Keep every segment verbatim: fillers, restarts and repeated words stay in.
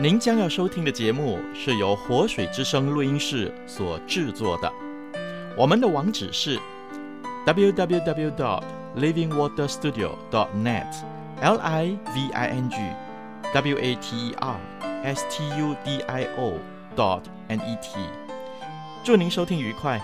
您将要收听的节目是由活水之声录音室所制作的。我们的网址是 double-u double-u double-u dot living water studio dot net L I V I N G W A T E R S T U D I O dot N E T。 祝您收听愉快。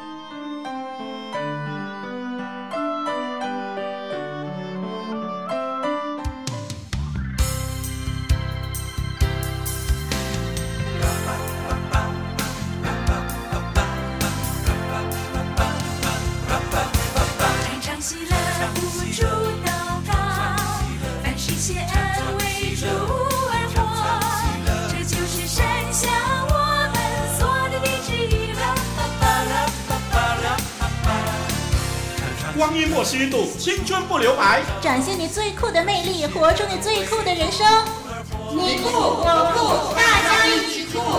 光阴莫虚度，青春不留白， 展现你最酷的魅力，活出你最酷的人生。 你酷我酷，大家一起酷。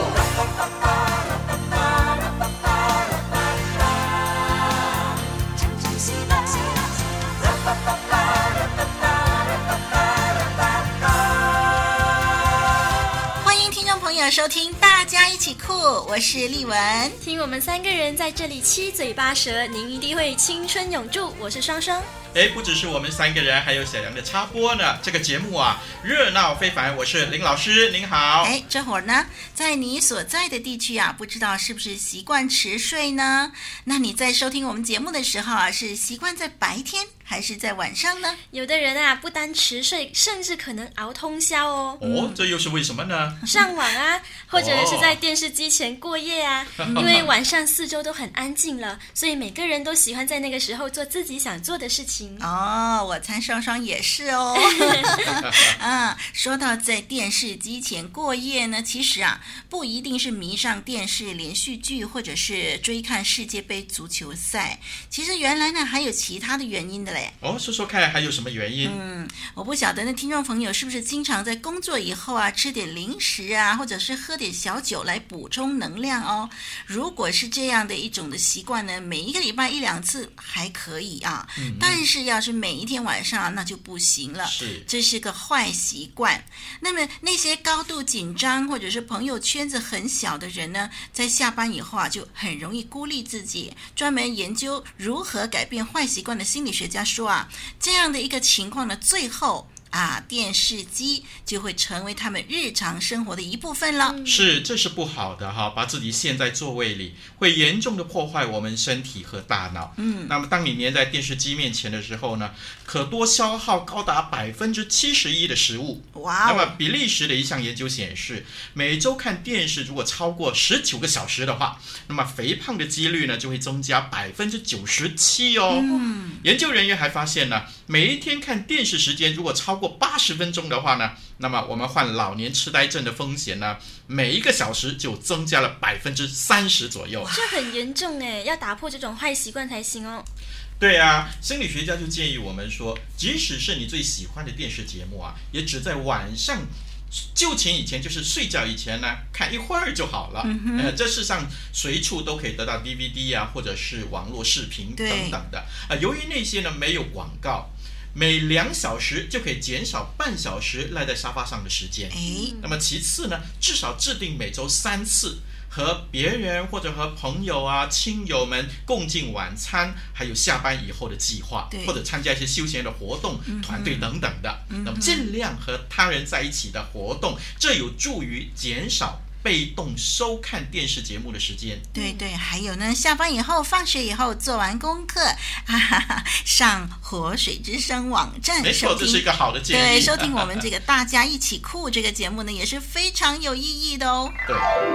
收听大家一起酷，我是丽文。 听我们三个人在这里七嘴八舌，您一定会青春永驻。我是双双。 哎，不只是我们三个人，还有小杨的插播呢。这个节目啊，热闹非凡。我是林老师，您好。 哎，这会儿呢，在你所在的地区啊，不知道是不是习惯迟睡呢？那你在收听我们节目的时候啊，是习惯在白天还是在晚上呢？ 有的人啊，不单迟睡，甚至可能熬通宵哦。 哦，这又是为什么呢？ 上网啊，或者是在电视机前过夜啊。哦、因为晚上四周都很安静了，所以每个人都喜欢在那个时候做自己想做的事情。 哦，我猜双双也是哦。啊，说到在电视机前过夜呢，其实啊，不一定是迷上电视连续剧，或者是追看世界杯足球赛。其实原来呢，还有其他的原因的嘞。 哦，说说看，还有什么原因？ 嗯，我不晓得那听众朋友是不是经常在工作以后啊，吃点零食啊，或者是喝点小酒来补充能量哦。如果是这样的一种的习惯呢，每一个礼拜一两次还可以啊，嗯、但是要是每一天晚上那就不行了， 是， 这是个坏习惯。那么那些高度紧张或者是朋友圈子很小的人呢，在下班以后啊，就很容易孤立自己。专门研究如何改变坏习惯的心理学家说啊，这样的一个情况呢，最后啊，电视机就会成为他们日常生活的一部分了。 是，这是不好的哈，把自己陷在座位里，会严重的破坏我们身体和大脑。嗯，那么当你黏在电视机面前的时候呢，可多消耗高达百分之七十一的食物。 哇、哦！ 那么比利时的一项研究显示，每周看电视如果超过十九个小时的话，那么肥胖的几率呢就会增加百分之九十七哦。嗯，研究人员还发现呢，每一天看电视时间如果超过八十分钟的话呢，那么我们患老年痴呆症的风险呢，每一个小时就增加了百分之三十左右。 这很严重哎，要打破这种坏习惯才行哦。 对啊，心理学家就建议我们说，即使是你最喜欢的电视节目啊，也只在晚上就寝以前，就是睡觉以前呢，看一会儿就好了。嗯、呃，这世上随处都可以得到 D V D 啊，或者是网络视频等等的。呃，由于那些呢没有广告，每两小时就可以减少半小时赖在沙发上的时间。 诶， 那么其次呢，至少制定每周三次和别人或者和朋友啊、亲友们共进晚餐，还有下班以后的计划，或者参加一些休闲的活动、嗯、团队等等的。嗯、那么尽量和他人在一起的活动，这有助于减少被动收看电视节目的时间。 对对，还有呢，下班以后、放学以后做完功课，哈哈，上活水之声网站， 没错，这是一个好的建议。 对，收听我们这个大家一起酷这个节目呢，也是非常有意义的哦。 对。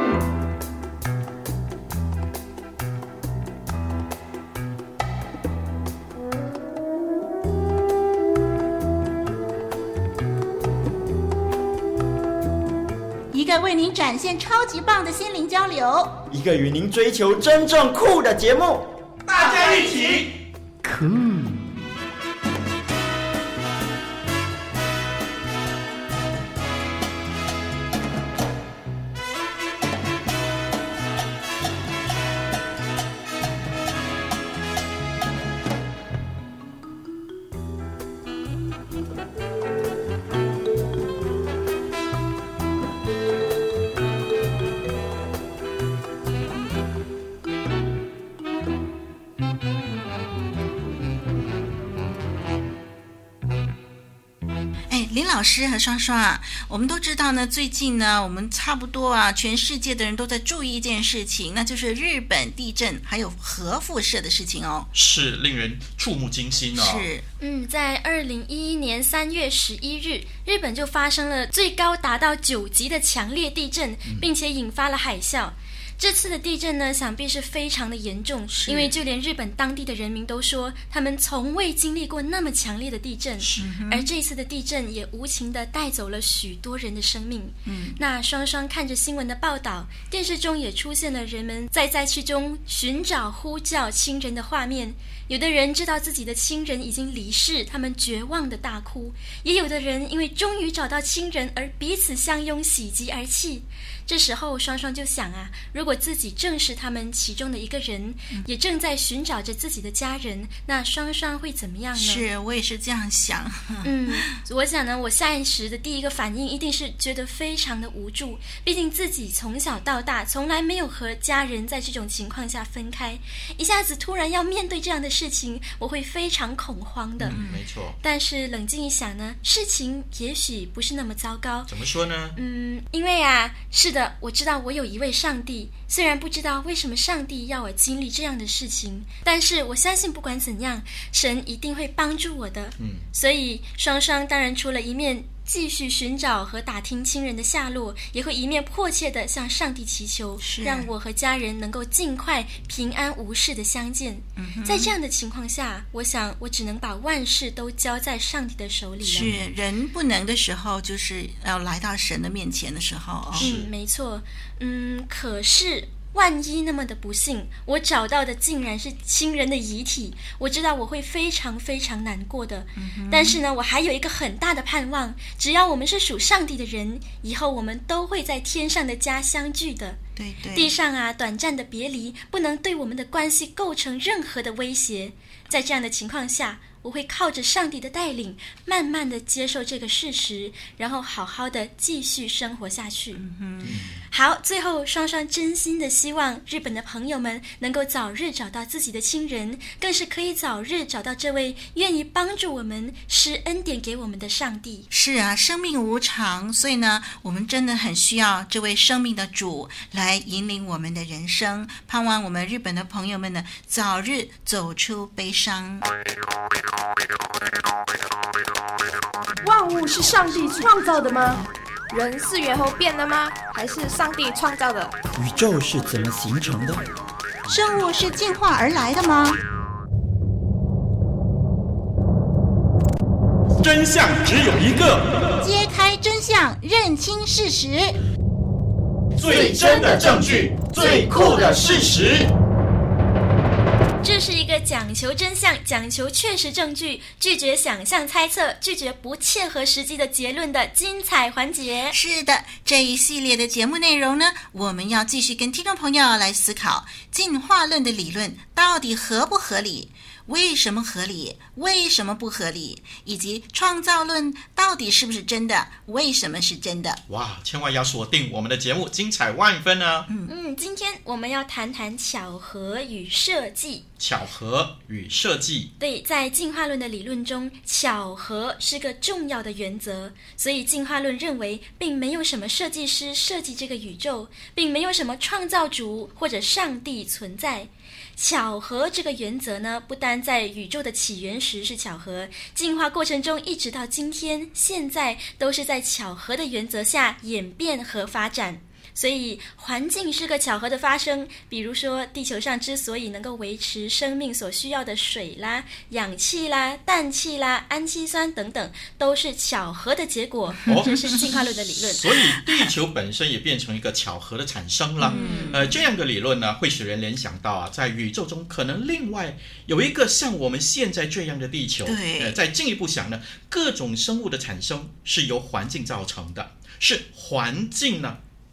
一个为您展现超级棒的心灵交流， 一个与您追求真正酷的节目， 大家一起酷。 林老师和双双啊，我们都知道呢，最近呢，我们差不多啊，全世界的人都在注意一件事情，那就是日本地震还有核辐射的事情哦， 是令人触目惊心哦。 是， 嗯，在二零一一年三月十一日，日本就发生了最高达到九级的强烈地震，并且引发了海啸。这次的地震呢，想必是非常的严重，因为就连日本当地的人民都说，他们从未经历过那么强烈的地震。而这次的地震也无情地带走了许多人的生命。嗯，那双双看着新闻的报道，电视中也出现了人们在灾区中寻找、呼叫亲人的画面。有的人知道自己的亲人已经离世，他们绝望地大哭；也有的人因为终于找到亲人而彼此相拥，喜极而泣。这时候双双就想啊，如果自己正是他们其中的一个人，嗯、也正在寻找着自己的家人，那双双会怎么样呢？ 是，我也是这样想。 嗯，我想呢，我下意识的第一个反应一定是觉得非常的无助，毕竟自己从小到大从来没有和家人在这种情况下分开，一下子突然要面对这样的事情，我会非常恐慌的。 嗯，没错。 但是冷静一想呢，事情也许不是那么糟糕。 怎么说呢？ 嗯，因为啊，是的，我知道我有一位上帝，虽然不知道为什么上帝要我经历这样的事情，但是我相信不管怎样，神一定会帮助我的。嗯，所以双双当然除了一面继续寻找和打听亲人的下落，也会一面迫切地向上帝祈求，让我和家人能够尽快平安无事地相见。嗯、在这样的情况下，我想我只能把万事都交在上帝的手里了。 是，人不能的时候，就是要来到神的面前的时候哦。 嗯，没错。嗯，可是万一那么的不幸，我找到的竟然是亲人的遗体，我知道我会非常非常难过的。嗯、但是呢，我还有一个很大的盼望，只要我们是属上帝的人，以后我们都会在天上的家相聚的。 对对， 地上啊，短暂的别离不能对我们的关系构成任何的威胁。在这样的情况下，我会靠着上帝的带领，慢慢的接受这个事实，然后好好的继续生活下去。嗯、好，最后双双真心的希望日本的朋友们能够早日找到自己的亲人，更是可以早日找到这位愿意帮助我们、施恩典给我们的上帝。 是啊，生命无常，所以呢，我们真的很需要这位生命的主来引领我们的人生。盼望我们日本的朋友们呢，早日走出悲伤。 万物是上帝创造的吗？人四元后变的吗？还是上帝创造的？ 宇宙是怎么形成的？ 生物是进化而来的吗？ 真相只有一个， 揭开真相，认清事实， 最真的证据，最酷的事实。 这是一个讲求真相、讲求确实证据、拒绝想象猜测、拒绝不切合实际的结论的精彩环节。 是的，这一系列的节目内容呢，我们要继续跟听众朋友来思考进化论的理论到底合不合理，为什么合理，为什么不合理，以及创造论到底是不是真的，为什么是真的。 哇，千万要锁定我们的节目，精彩万分呢。 嗯嗯，今天我们要谈谈巧合与设计。 巧合与设计， 对，在进化论的理论中，巧合是个重要的原则，所以进化论认为并没有什么设计师设计这个宇宙，并没有什么创造主或者上帝存在。巧合这个原则呢，不单在宇宙的起源时是巧合，进化过程中一直到今天现在都是在巧合的原则下演变和发展。所以环境是个巧合的发生，比如说地球上之所以能够维持生命所需要的水啦、氧气啦、氮气啦、氨基酸等等，都是巧合的结果。哦、这是进化论的理论。 所以地球本身也变成一个巧合的产生了。嗯、呃，这样的理论呢，会使人联想到啊，在宇宙中可能另外有一个像我们现在这样的地球。 对。 呃，再进一步想呢，各种生物的产生是由环境造成的，是环境呢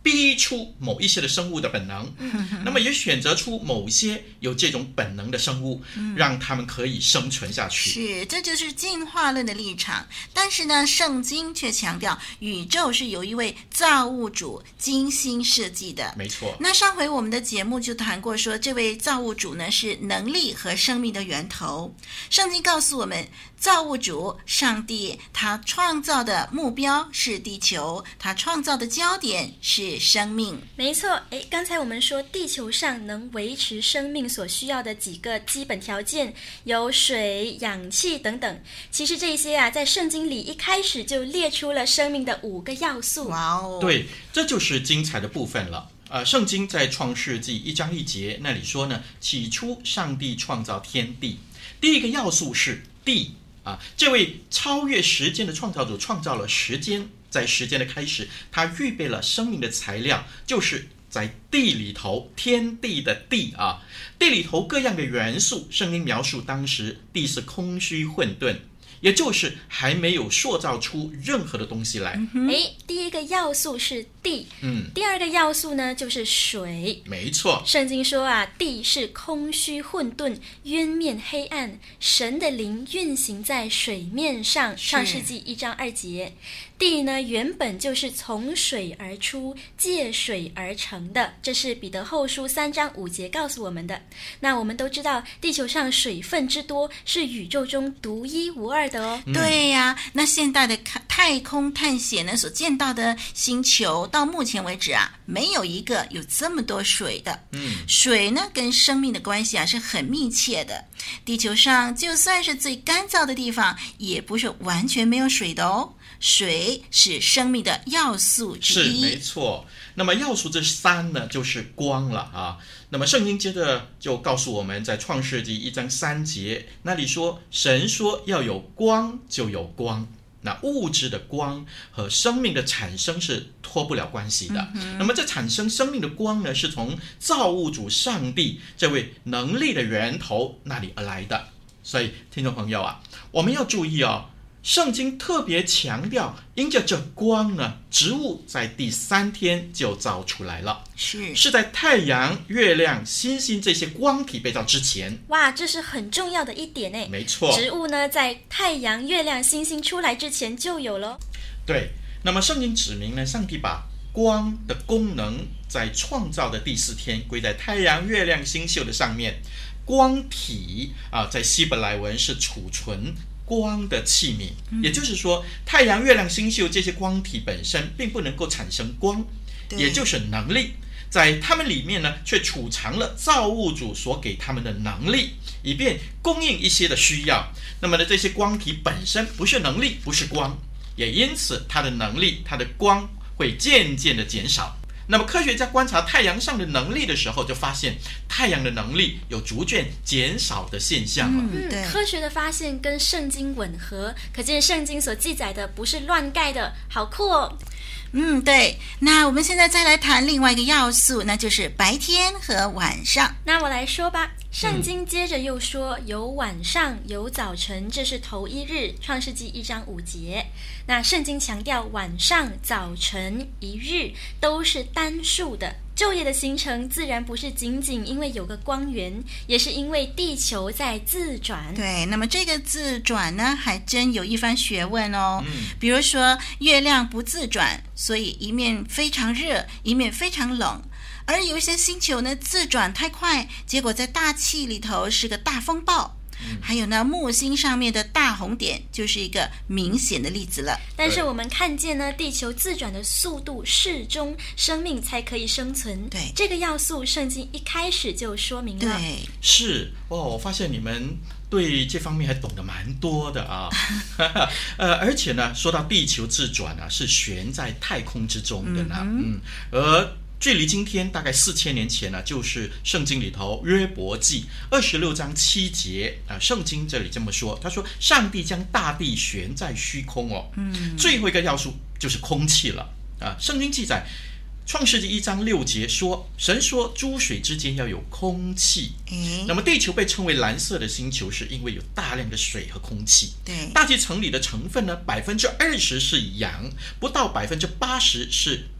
逼出某一些的生物的本能，那么也选择出某些有这种本能的生物，让他们可以生存下去。 是，这就是进化论的立场。但是呢，圣经却强调宇宙是由一位造物主精心设计的。 没错。 那上回我们的节目就谈过说，这位造物主呢是能力和生命的源头。圣经告诉我们，造物主上帝他创造的目标是地球，他创造的焦点是生命。 没错，诶，刚才我们说地球上能维持生命所需要的几个基本条件有水、氧气等等，其实这些啊在圣经里一开始就列出了生命的五个要素。 哇哦， 对，这就是精彩的部分了。呃，圣经在创世纪一章一节那里说呢，起初上帝创造天地，第一个要素是地啊，这位超越时间的创造主创造了时间，在时间的开始，他预备了生命的材料，就是在地里头，天地的地啊，地里头各样的元素，圣经描述当时地是空虚混沌，也就是还没有塑造出任何的东西来。 诶，第一个要素是地， 嗯， 第二个要素呢就是水。 没错， 圣经说啊，地是空虚混沌、渊面黑暗，神的灵运行在水面上。创世纪一章二节。地呢原本就是从水而出，借水而成的，这是彼得后书三章五节告诉我们的。那我们都知道，地球上水分之多是宇宙中独一无二的哦。 嗯、 对呀，那现代的太空探险呢所见到的星球，到目前为止啊，没有一个有这么多水的。 嗯， 水呢跟生命的关系啊是很密切的。地球上就算是最干燥的地方，也不是完全没有水的哦。水是生命的要素之一， 是没错。那么要素这三呢，就是光了啊。那么圣经接着就告诉我们，在创世纪一章三节那里说，神说要有光，就有光。那物质的光和生命的产生是脱不了关系的。嗯、那么这产生生命的光呢，是从造物主上帝这位能力的源头那里而来的。所以听众朋友啊，我们要注意哦，圣经特别强调，因着这光呢，植物在第三天就造出来了， 是是在太阳、月亮、星星这些光体被造之前。 哇，这是很重要的一点诶。 没错， 植物呢，在太阳、月亮、星星出来之前就有了。对， 那么圣经指明呢，上帝把光的功能在创造的第四天归在太阳、月亮、星宿的上面。光体啊，在希伯来文是储存光的器皿，嗯、也就是说，太阳、月亮、星宿这些光体本身并不能够产生光，也就是能力，在它们里面呢，却储藏了造物主所给他们的能力，以便供应一些的需要。那么呢，这些光体本身不是能力，不是光，也因此它的能力、它的光会渐渐的减少。那么科学家观察太阳上的能力的时候，就发现太阳的能力有逐渐减少的现象了。 嗯，对，科学的发现跟圣经吻合，可见圣经所记载的不是乱盖的，好酷哦。 嗯，对。那我们现在再来谈另外一个要素，那就是白天和晚上。 那我来说吧。圣经接着又说，有晚上，有早晨，这是头一日，创世纪一章五节。那圣经强调晚上、早晨、一日都是单数的。昼夜的形成自然不是仅仅因为有个光源，也是因为地球在自转。 对，那么这个自转呢，还真有一番学问哦。嗯、比如说，月亮不自转，所以一面非常热，一面非常冷。而有一些星球呢，自转太快，结果在大气里头是个大风暴。嗯、还有呢，木星上面的大红点就是一个明显的例子了。 但是我们看见呢，地球自转的速度适中，生命才可以生存。 对， 这个要素圣经一开始就说明了。 对， 是哦，我发现你们对这方面还懂得蛮多的啊。呃，而且呢，说到地球自转啊，是悬在太空之中的呢。嗯，嗯而距离今天大概四千年前呢，就是圣经里头约伯记二十六章七节啊、呃，圣经这里这么说，他说上帝将大地悬在虚空哦，嗯，最后一个要素就是空气了啊。圣经记载创世纪一章六节说，神说诸水之间要有空气。嗯、那么地球被称为蓝色的星球，是因为有大量的水和空气。 对， 大气层里的成分呢，百分之二十是氧，不到百分之八十是氮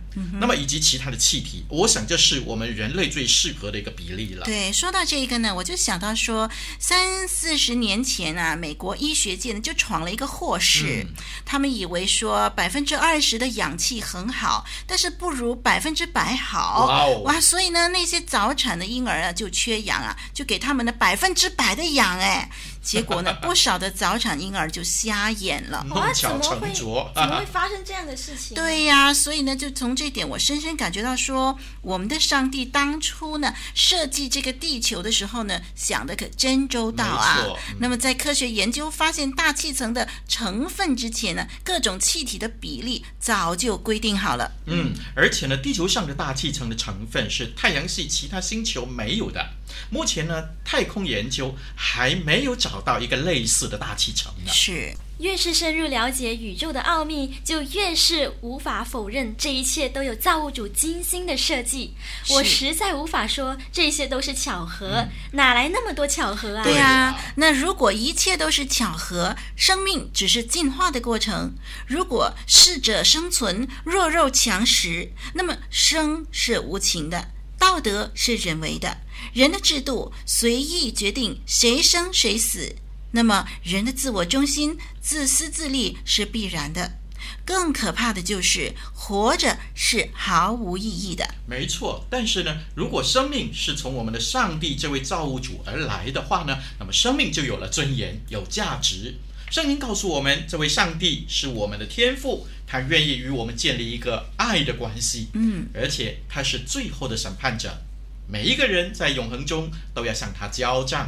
嗯、那么以及其他的气体，我想这是我们人类最适合的一个比例了。 对，说到这个呢，我就想到说，三四十年前啊，美国医学界呢就闯了一个祸事，嗯、他们以为说百分之二十的氧气很好，但是不如百分之百好。哇哦！哇，所以呢，那些早产的婴儿啊就缺氧啊，就给他们的百分之百的氧，哎。结果呢，不少的早产婴儿就瞎眼了。 弄巧成拙， 怎么会发生这样的事情？ 对呀、啊，所以呢，就从这点，我深深感觉到说，我们的上帝当初呢设计这个地球的时候呢，想的可真周到啊。嗯、那么在科学研究发现大气层的成分之前呢，各种气体的比例早就规定好了。 嗯，而且呢，地球上的大气层的成分是太阳系其他星球没有的。目前呢，太空研究还没有找到一个类似的大气层呢。 是， 越是深入了解宇宙的奥秘，就越是无法否认这一切都有造物主精心的设计。我实在无法说这些都是巧合，嗯、哪来那么多巧合啊？ 对啊，那如果一切都是巧合，生命只是进化的过程。如果适者生存，弱肉强食，那么生是无情的，道德是人为的，人的制度随意决定谁生谁死，那么人的自我中心、自私自利是必然的。更可怕的就是活着是毫无意义的。 没错，但是呢，如果生命是从我们的上帝这位造物主而来的话呢，那么生命就有了尊严，有价值。圣经告诉我们，这位上帝是我们的天父，他愿意与我们建立一个爱的关系，嗯，而且他是最后的审判者，每一个人在永恒中都要向他交账。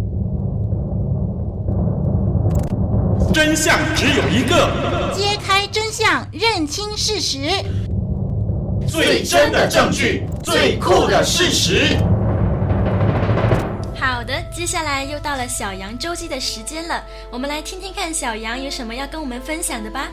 真相只有一个， 揭开真相，认清事实， 最真的证据，最酷的事实。 好的，接下来又到了小羊周记的时间了，我们来听听看小羊有什么要跟我们分享的吧。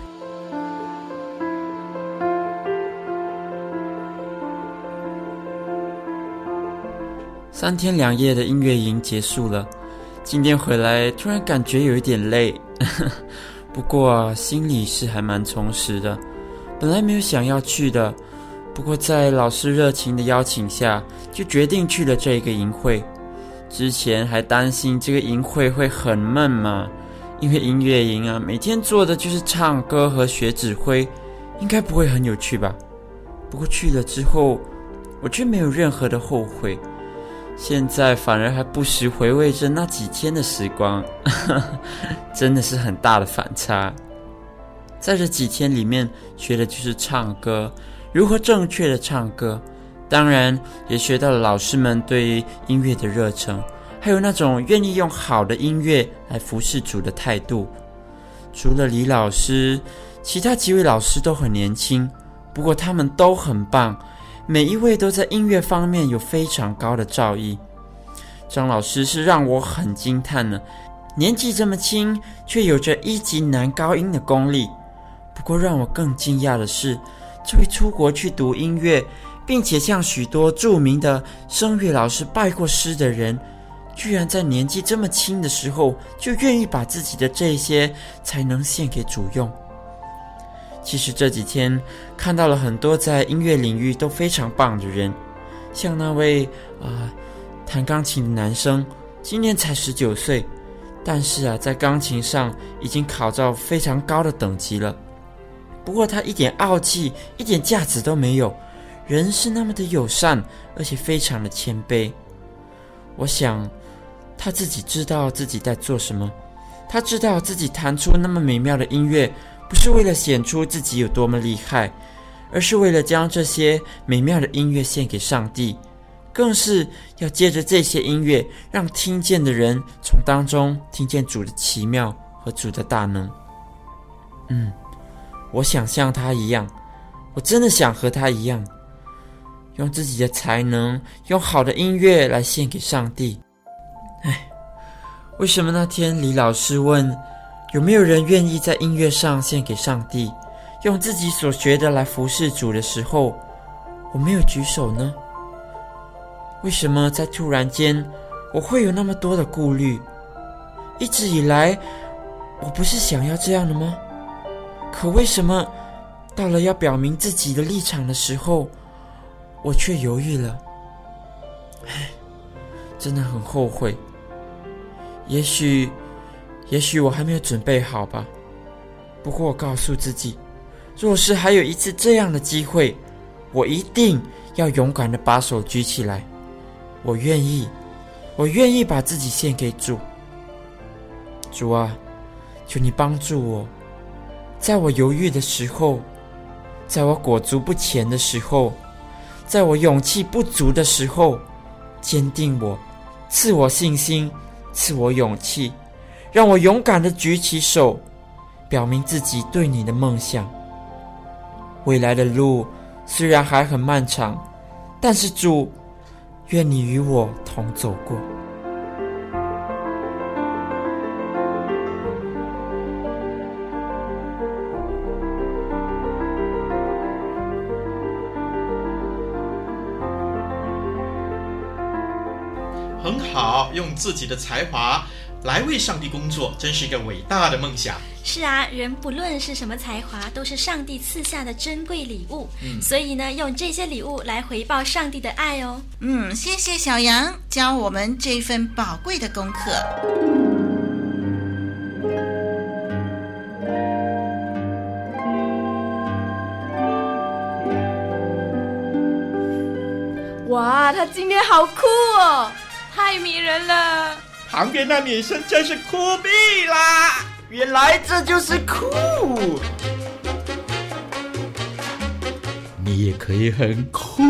三天两夜的音乐营结束了，今天回来突然感觉有一点累，不过啊，心里是还蛮充实的。本来没有想要去的，不过在老师热情的邀请下，就决定去了这个营会。之前还担心这个营会会很闷嘛，因为音乐营啊，每天做的就是唱歌和学指挥，应该不会很有趣吧。不过去了之后，我却没有任何的后悔，现在反而还不时回味着那几天的时光，真的是很大的反差。在这几天里面学的就是唱歌，如何正确的唱歌，当然也学到了老师们对于音乐的热忱，还有那种愿意用好的音乐来服侍主的态度。除了李老师，其他几位老师都很年轻，不过他们都很棒，每一位都在音乐方面有非常高的造诣。张老师是让我很惊叹呢，年纪这么轻，却有着一级男高音的功力。不过让我更惊讶的是，这位出国去读音乐，并且向许多著名的声乐老师拜过师的人，居然在年纪这么轻的时候，就愿意把自己的这些才能献给主用。其实这几天看到了很多在音乐领域都非常棒的人，像那位啊、呃、弹钢琴的男生，今年才十九岁，但是啊在钢琴上已经考到非常高的等级了。不过他一点傲气，一点架子都没有，人是那么的友善，而且非常的谦卑。我想他自己知道自己在做什么，他知道自己弹出那么美妙的音乐，不是为了显出自己有多么厉害，而是为了将这些美妙的音乐献给上帝，更是要借着这些音乐，让听见的人从当中听见主的奇妙和主的大能。嗯，我想像他一样，我真的想和他一样，用自己的才能，用好的音乐来献给上帝。唉，为什么那天李老师问有没有人愿意在音乐上献给上帝，用自己所学的来服侍主的时候，我没有举手呢？为什么在突然间我会有那么多的顾虑？一直以来我不是想要这样的吗？可为什么到了要表明自己的立场的时候，我却犹豫了。唉，真的很后悔。也许，也许我还没有准备好吧。不过我告诉自己，若是还有一次这样的机会，我一定要勇敢地把手举起来。我愿意，我愿意把自己献给主。主啊，求你帮助我，在我犹豫的时候，在我裹足不前的时候，在我勇气不足的时候，坚定我，赐我信心，赐我勇气，让我勇敢地举起手，表明自己对你的梦想。未来的路虽然还很漫长，但是主，愿你与我同走过。 很好，用自己的才华来为上帝工作，真是一个伟大的梦想。 是啊，人不论是什么才华，都是上帝赐下的珍贵礼物。 嗯， 所以呢，用这些礼物来回报上帝的爱哦。 嗯，谢谢小杨教我们这份宝贵的功课。 哇，他今天好酷哦，太迷人了。 旁边那女生真是酷毙啦！ 原来这就是酷。 你也可以很酷。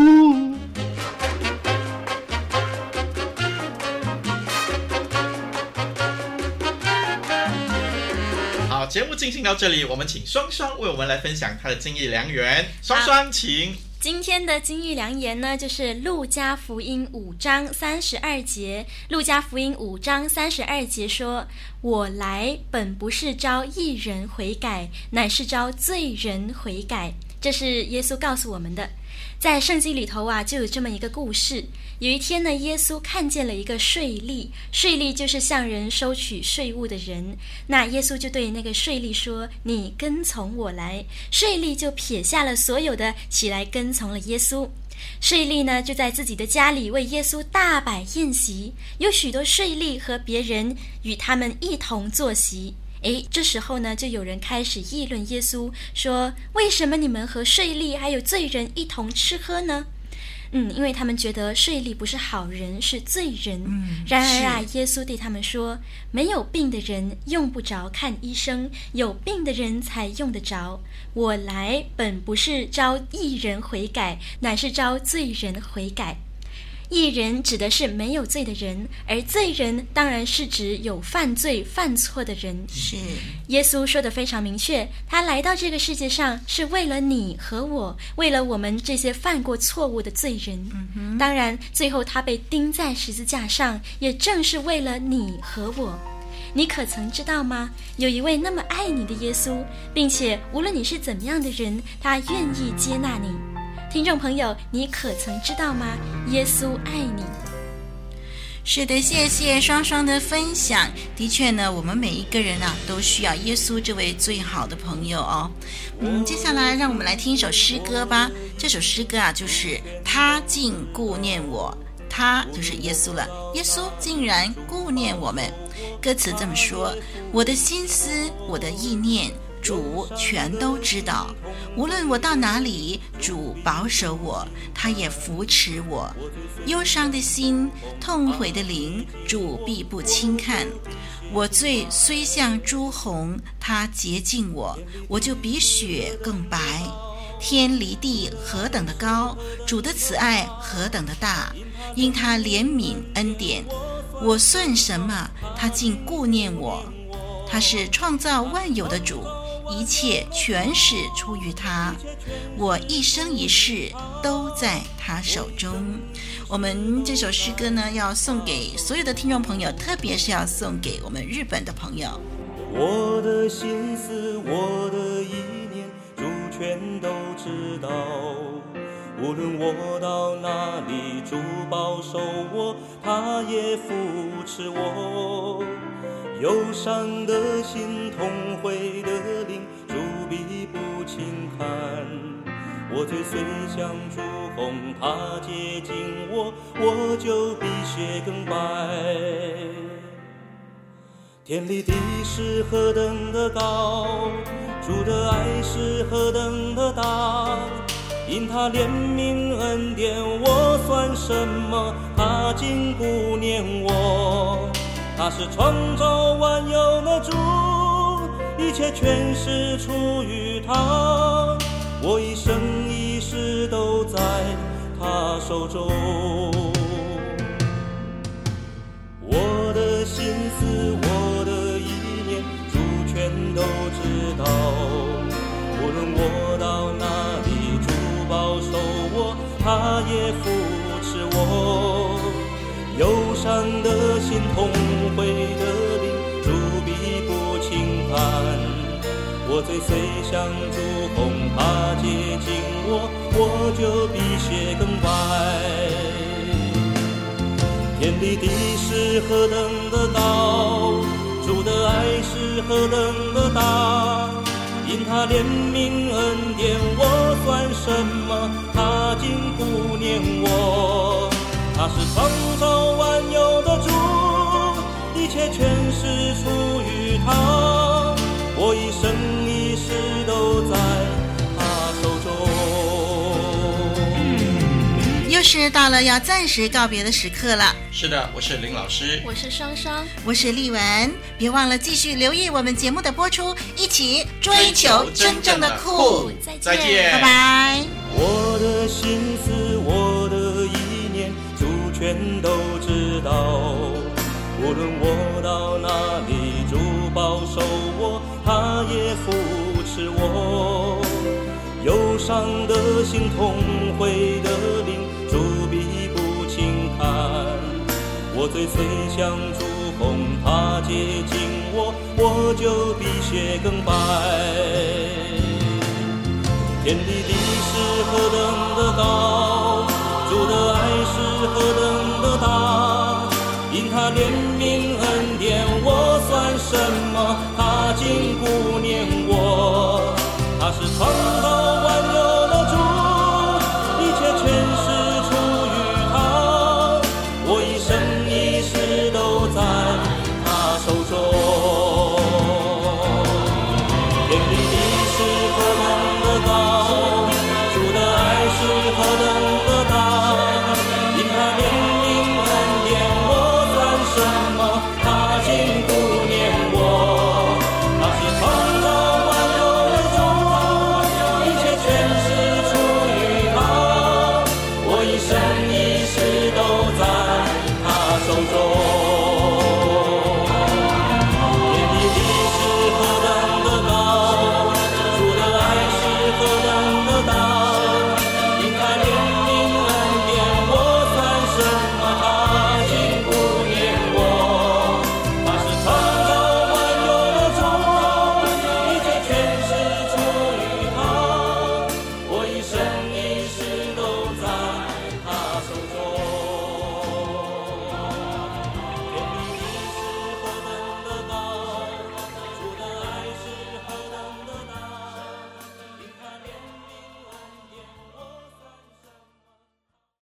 好，节目进行到这里，我们请双双为我们来分享她的金玉良缘。双双，请。 今天的金玉良言呢，就是路加福音五章三十二节。路加福音五章三十二节说：“我来本不是招义人悔改，乃是招罪人悔改。”这是耶稣告诉我们的。在圣经里头啊，就有这么一个故事。有一天呢，耶稣看见了一个税吏，税吏就是向人收取税务的人。那耶稣就对那个税吏说：“你跟从我来。”税吏就撇下了所有的，起来跟从了耶稣。税吏呢，就在自己的家里为耶稣大摆宴席，有许多税吏和别人与他们一同坐席。诶，这时候呢，就有人开始议论耶稣，说：“为什么你们和税吏还有罪人一同吃喝呢？”嗯，因为他们觉得税吏不是好人，是罪人。 嗯， 然而啊，耶稣对他们说：“没有病的人用不着看医生，有病的人才用得着。我来本不是招义人悔改，乃是招罪人悔改。”义人指的是没有罪的人，而罪人当然是指有犯罪犯错的人。 是， 耶稣说得非常明确，他来到这个世界上是为了你和我，为了我们这些犯过错误的罪人。 嗯， 当然最后他被钉在十字架上，也正是为了你和我。你可曾知道吗？有一位那么爱你的耶稣，并且无论你是怎么样的人，他愿意接纳你。听众朋友，你可曾知道吗？耶稣爱你。 是的，谢谢双双的分享。的确呢，我们每一个人啊，都需要耶稣这位最好的朋友哦。嗯，接下来让我们来听一首诗歌吧。这首诗歌啊，就是他竟顾念我，他就是耶稣了。耶稣竟然顾念我们。歌词这么说：我的心思，我的意念，主全都知道，无论我到哪里，主保守我，他也扶持我。忧伤的心，痛悔的灵，主必不轻看。我罪虽像朱红，他洁净我，我就比雪更白。天离地何等的高，主的慈爱何等的大，因他怜悯恩典，我算什么？他竟顾念我。他是创造万有的主，一切全是出于他，我一生一世都在他手中。我们这首诗歌呢，要送给所有的听众朋友，特别是要送给我们日本的朋友。 我的心思，我的意念，主全都知道，无论我到哪里，主保守我，他也扶持我。忧伤的心，痛悔的灵，主必不轻看。 追随像朱红，他接近我，我就比雪更白。天立地是何等的高，主的爱是何等的大，因他怜悯恩典，我算什么？他竟顾念我。他是创造万有的主，一切全是出于他，我一生一世都在他手中。我的心思，我的意念，主全都知道。无论我到哪里，主保守我，他也扶持我。忧伤的心，痛悔的灵，主必不轻看。我追随像朱红，他接近我，我就比雪更白。天地地是何等的高，主的爱是何等的大，因他怜悯恩典，我算什么？他竟顾念我。他是创造万有的主，一切全是出于他，我一生一世都在他手中。 又是到了要暂时告别的时刻了。 是的，我是林老师， 我是双双， 我是丽文。别忘了继续留意我们节目的播出，一起追求真正的酷。 再见， 再见， 拜拜。 我的心思，我的意念，主全都知道。无论我到哪里，主保守我，他也扶持我。忧伤的心，痛悔的灵，主必不轻看。我追随像朱红，他接近我，我就比雪更白。天地地是何等的高，主的爱是何等的大，因他怜悯恩典，我算什么？他竟顾念我。他是创造万有的主，一切全是出于他，我一生一世都在他手中。天地